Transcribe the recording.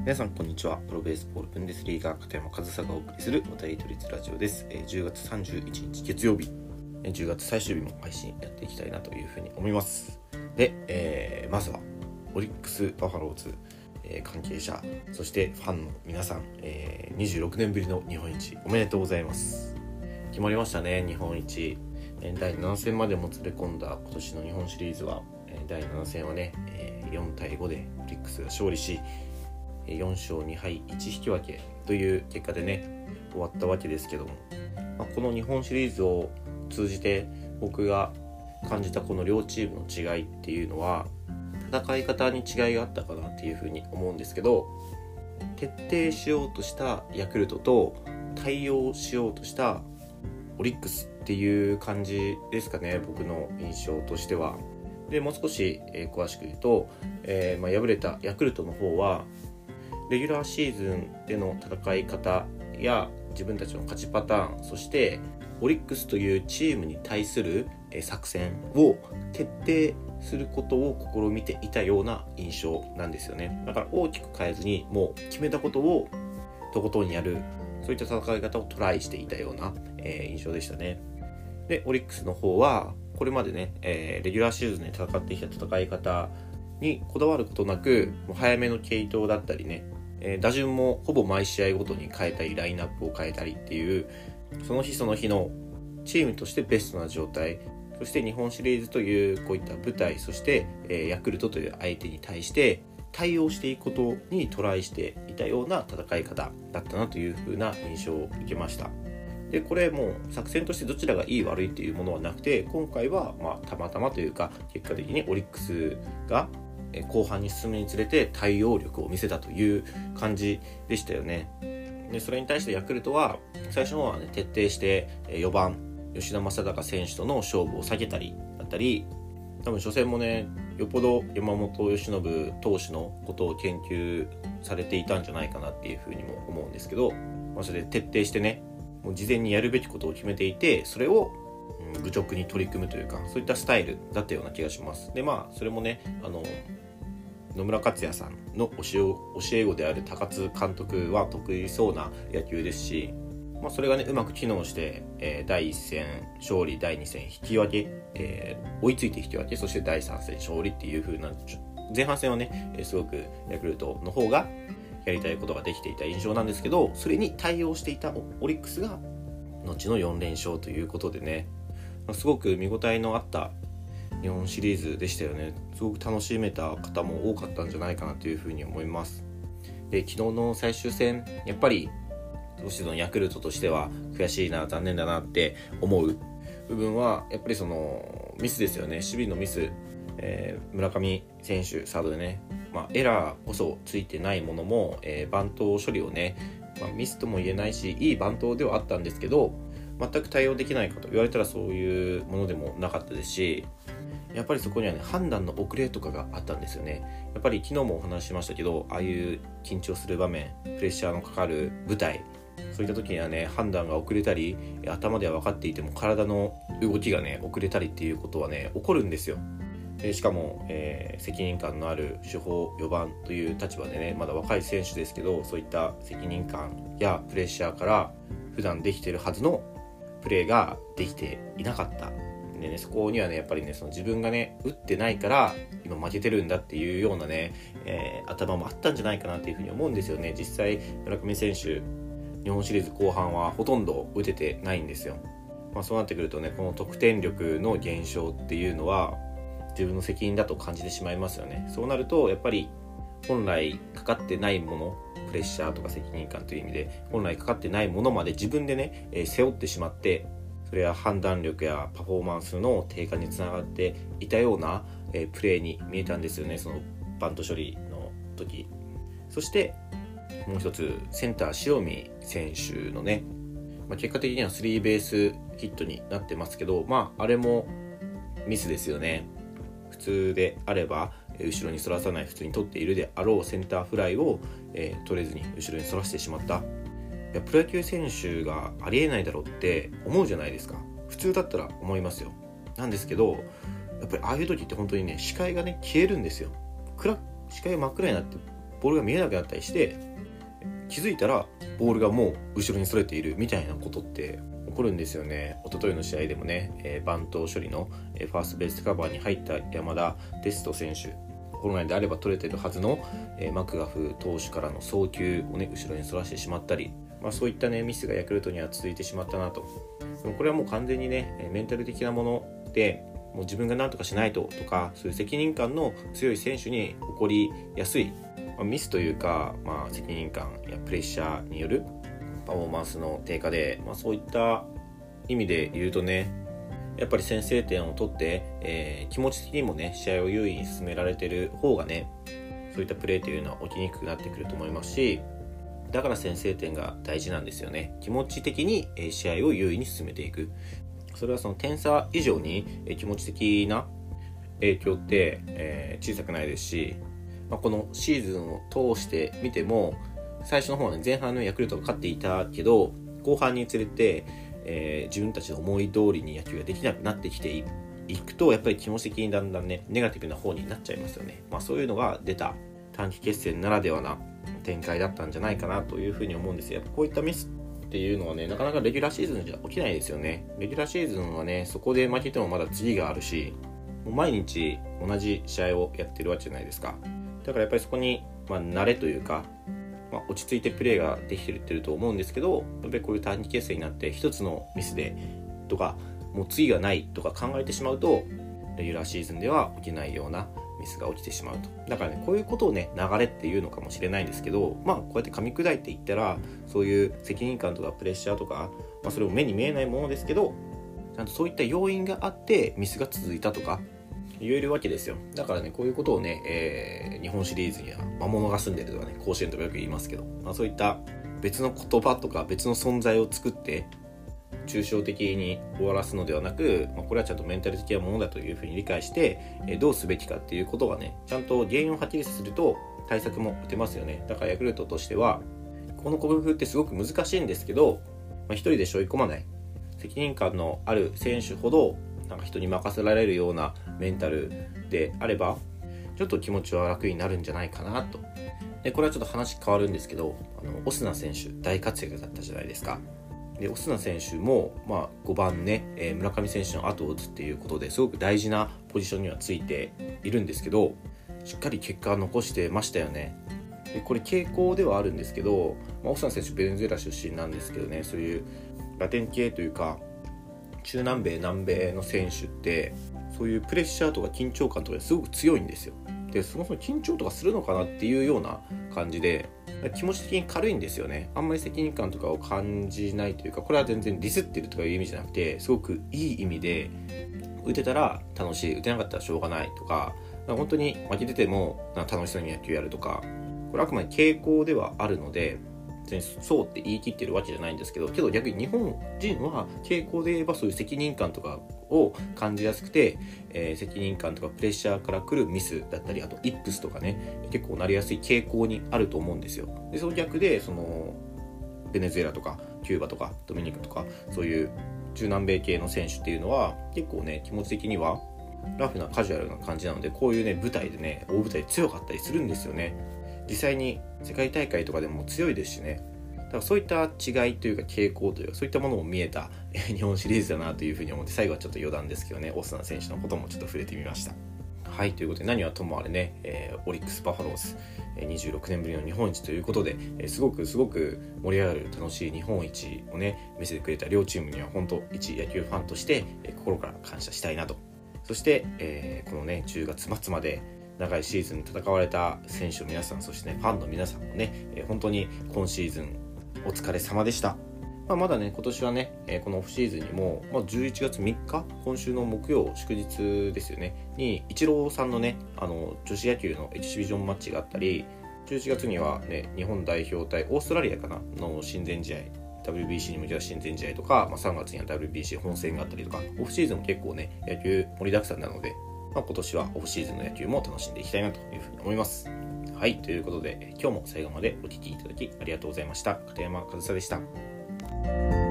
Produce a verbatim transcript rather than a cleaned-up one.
皆さんこんにちは。プロベースボールブンデスリーガ片山和沙がお送りするお題都立ラジオです。じゅうがつさんじゅういちにち月曜日、じゅうがつ最終日も配信やっていきたいなというふうに思います。で、えー、まずはオリックスバファローズ、えー、関係者、そしてファンの皆さん、えー、にじゅうろくねんぶりの日本一おめでとうございます。決まりましたね、日本一。だいなな戦までもつれ込んだ今年の日本シリーズは、だいなな戦はね、よんたいごでオリックスが勝利し、よん勝に敗いち引き分けという結果でね終わったわけですけども、まあ、この日本シリーズを通じて僕が感じたこの両チームの違いっていうのは、戦い方に違いがあったかなっていうふうに思うんですけど、徹底しようとしたヤクルトと対応しようとしたオリックスっていう感じですかね、僕の印象としては。でもう少し、えー、詳しく言うと、えーまあ、敗れたヤクルトの方はレギュラーシーズンでの戦い方や自分たちの勝ちパターン、そしてオリックスというチームに対する作戦を徹底することを試みていたような印象なんですよね。だから大きく変えずにもう決めたことをとことんやる、そういった戦い方をトライしていたような、えー、印象でしたね。でオリックスの方はこれまでね、えー、レギュラーシーズンで戦ってきた戦い方にこだわることなく、もう早めの継投だったりね、えー、打順もほぼ毎試合ごとに変えたりラインナップを変えたりっていう、その日その日のチームとしてベストな状態、そして日本シリーズというこういった舞台、そして、えー、ヤクルトという相手に対して対応していくことにトライしていたような戦い方だったなというふうな印象を受けました。でこれもう作戦としてどちらがいい悪いっていうものはなくて、今回はまあたまたまというか結果的にオリックスが後半に進むにつれて対応力を見せたという感じでしたよね。でそれに対してヤクルトは最初の方はね、徹底してよばん吉田正尚選手との勝負を避けたりだったり、多分初戦もねよっぽど山本由伸投手のことを研究されていたんじゃないかなっていうふうにも思うんですけど、まあ、それで徹底してね、もう事前にやるべきことを決めていて、それを愚直に取り組むというか、そういったスタイルだったような気がします。でまあそれもね、あの野村克也さんの教え教え子である高津監督は得意そうな野球ですし、まあ、それがねうまく機能して、えー、だいいっ戦勝利、だいに戦引き分け、えー、追いついて引き分け、そしてだいさん戦勝利っていう風な、前半戦はね、えー、すごくヤクルトの方がやりたいことができていた印象なんですけど、それに対応していたオリックスが後のよん連勝ということでね、すごく見応えのあった日本シリーズでしたよね。すごく楽しめた方も多かったんじゃないかなというふうに思います。で昨日の最終戦、やっぱりどうしてのヤクルトとしては悔しいな、残念だなって思う部分はやっぱりそのミスですよね。守備のミス、えー、村上選手サードでね、まあ、エラーこそついてないものも、えー、バント処理をね、まあ、ミスとも言えないしいいバントではあったんですけど、全く対応できないかと言われたらそういうものでもなかったですし、やっぱりそこにはね判断の遅れとかがあったんですよね。やっぱり昨日もお話ししましたけど、ああいう緊張する場面、プレッシャーのかかる舞台、そういった時にはね判断が遅れたり、頭では分かっていても体の動きがね遅れたりっていうことはね起こるんですよ。でしかも、えー、責任感のある主砲よばんという立場でね、まだ若い選手ですけど、そういった責任感やプレッシャーから普段できているはずのプレーができていなかったでね、そこにはねやっぱりねその自分がね打ってないから今負けてるんだっていうようなね、えー、頭もあったんじゃないかなっていうふうに思うんですよね。実際村上選手日本シリーズ後半はほとんど打ててないんですよ。まあ、そうなってくるとね、この得点力の減少っていうのは自分の責任だと感じてしまいますよね。そうなるとやっぱり本来かかってないもの、プレッシャーとか責任感という意味で本来かかってないものまで自分でね、えー、背負ってしまって、それは判断力やパフォーマンスの低下につながっていたような、えー、プレーに見えたんですよね、そのバント処理の時。そしてもう一つセンター塩見選手のね、まあ、結果的にはスリーベースヒットになってますけど、まああれもミスですよね。普通であれば後ろにそらさない、普通に取っているであろうセンターフライを、えー、取れずに後ろにそらしてしまった。いやプロ野球選手がありえないだろうって思うじゃないですか。普通だったら思いますよ。なんですけどやっぱりああいう時って本当にね視界がね消えるんですよ。暗視界真っ暗になってボールが見えなくなったりして、気づいたらボールがもう後ろにそれているみたいなことって起こるんですよね。一昨日の試合でもね、えー、バント処理の、えー、ファーストベースカバーに入った山田テスト選手、本来であれば取れてるはずの、えー、マクガフ投手からの送球をね後ろにそらしてしまったり、まあ、そういったねミスがヤクルトには続いてしまったなと。でもこれはもう完全にねメンタル的なもので、もう自分が何とかしないととか、そういう責任感の強い選手に起こりやすい、まあ、ミスというか、まあ、責任感やプレッシャーによるパフォーマンスの低下で、まあ、そういった意味で言うとね、やっぱり先制点を取って、えー、気持ち的にもね試合を優位に進められてる方がね、そういったプレーというのは起きにくくなってくると思いますし、だから先制点が大事なんですよね。気持ち的に試合を優位に進めていく。それはその点差以上に気持ち的な影響って、えー、小さくないですし、まあ、このシーズンを通して見ても、最初の方はね前半のヤクルトが勝っていたけど、後半につれて、えー、自分たちの思い通りに野球ができなくなってきていくと、やっぱり気持ち的にだんだんねネガティブな方になっちゃいますよね。まあ、そういうのが出た短期決戦ならではな展開だったんじゃないかなというふうに思うんですよ。こういったミスっていうのはね、なかなかレギュラーシーズンじゃ起きないですよね。レギュラーシーズンはね、そこで負けてもまだ次があるし、もう毎日同じ試合をやってるわけじゃないですか。だからやっぱりそこに、まあ、慣れというか、まあ、落ち着いてプレーができてると思うんですけど、やっぱりこういう短期決戦になって一つのミスでとか、もう次がないとか考えてしまうと、レギュラーシーズンでは起きないようなミスが起きてしまうと。だからね、こういうことをね流れっていうのかもしれないんですけど、まあこうやって噛み砕いていったら、そういう責任感とかプレッシャーとか、まあ、それも目に見えないものですけど、ちゃんとそういった要因があってミスが続いたとか言えるわけですよ。だからね、こういうことをね、えー、日本シリーズには魔物が住んでるとかね、甲子園とかよく言いますけど、まあ、そういった別の言葉とか別の存在を作って抽象的に終わらすのではなく、まあ、これはちゃんとメンタル的なものだというふうに理解して、えー、どうすべきかっていうことがね、ちゃんと原因をはっきりすると対策も打てますよね。だからヤクルトとしてはこの克服ってすごく難しいんですけど、まあ、一人で背負い込まない、責任感のある選手ほどなんか人に任せられるようなメンタルであれば、ちょっと気持ちは楽になるんじゃないかなと。でこれはちょっと話変わるんですけど、あのオスナ選手大活躍だったじゃないですか。でオスナ選手も、まあ、ごばんね、えー、村上選手の後を打つっていうことですごく大事なポジションにはついているんですけど、しっかり結果を残してましたよね。でこれ傾向ではあるんですけど、まあ、オスナ選手ベネズエラ出身なんですけどね、そういうラテン系というか中南米南米の選手ってそういうプレッシャーとか緊張感とかすごく強いんですよ。でそもそも緊張とかするのかなっていうような感じで、気持ち的に軽いんですよね。あんまり責任感とかを感じないというか、これは全然ディスってるとかいう意味じゃなくて、すごくいい意味で、打てたら楽しい、打てなかったらしょうがないとか、本当に負けてても楽しそうに野球やるとか、これあくまで傾向ではあるのでそうって言い切ってるわけじゃないんですけど、けど逆に日本人は傾向で言えばそういう責任感とかを感じやすくて、えー、責任感とかプレッシャーから来るミスだったり、あとイップスとかね、結構なりやすい傾向にあると思うんですよ。でその逆でそのベネズエラとかキューバとかドミニクとかそういう中南米系の選手っていうのは結構ね気持ち的にはラフなカジュアルな感じなので、こういうね舞台でね大舞台で強かったりするんですよね。実際に世界大会とかでも強いですしね。だからそういった違いというか傾向というかそういったものも見えた日本シリーズだなというふうに思って、最後はちょっと余談ですけどね、オスナ選手のこともちょっと触れてみました。はい、ということで何はともあれね、えー、オリックスバファローズにじゅうろくねんぶりの日本一ということで、えー、すごくすごく盛り上がる楽しい日本一をね見せてくれた両チームには本当一野球ファンとして、えー、心から感謝したいなと。そして、えー、このねじゅうがつ末まで長いシーズン戦われた選手の皆さん、そしてねファンの皆さんもね、えー、本当に今シーズンお疲れ様でした。まあ、まだね今年はね、えー、このオフシーズンにも、まあ、じゅういちがつみっか、今週の木曜祝日ですよねにイチローさんのねあの女子野球のエキシビジョンマッチがあったり、じゅういちがつにはね日本代表対オーストラリアかなの親善試合、 ダブリュービーシー に向けた親善試合とか、まあ、さんがつには ダブリュービーシー 本戦があったりとか、オフシーズンも結構ね野球盛りだくさんなので、まあ、今年はオフシーズンの野球も楽しんでいきたいなというふうに思います。はい、ということで今日も最後までお聞きいただきありがとうございました。片山和沙でした。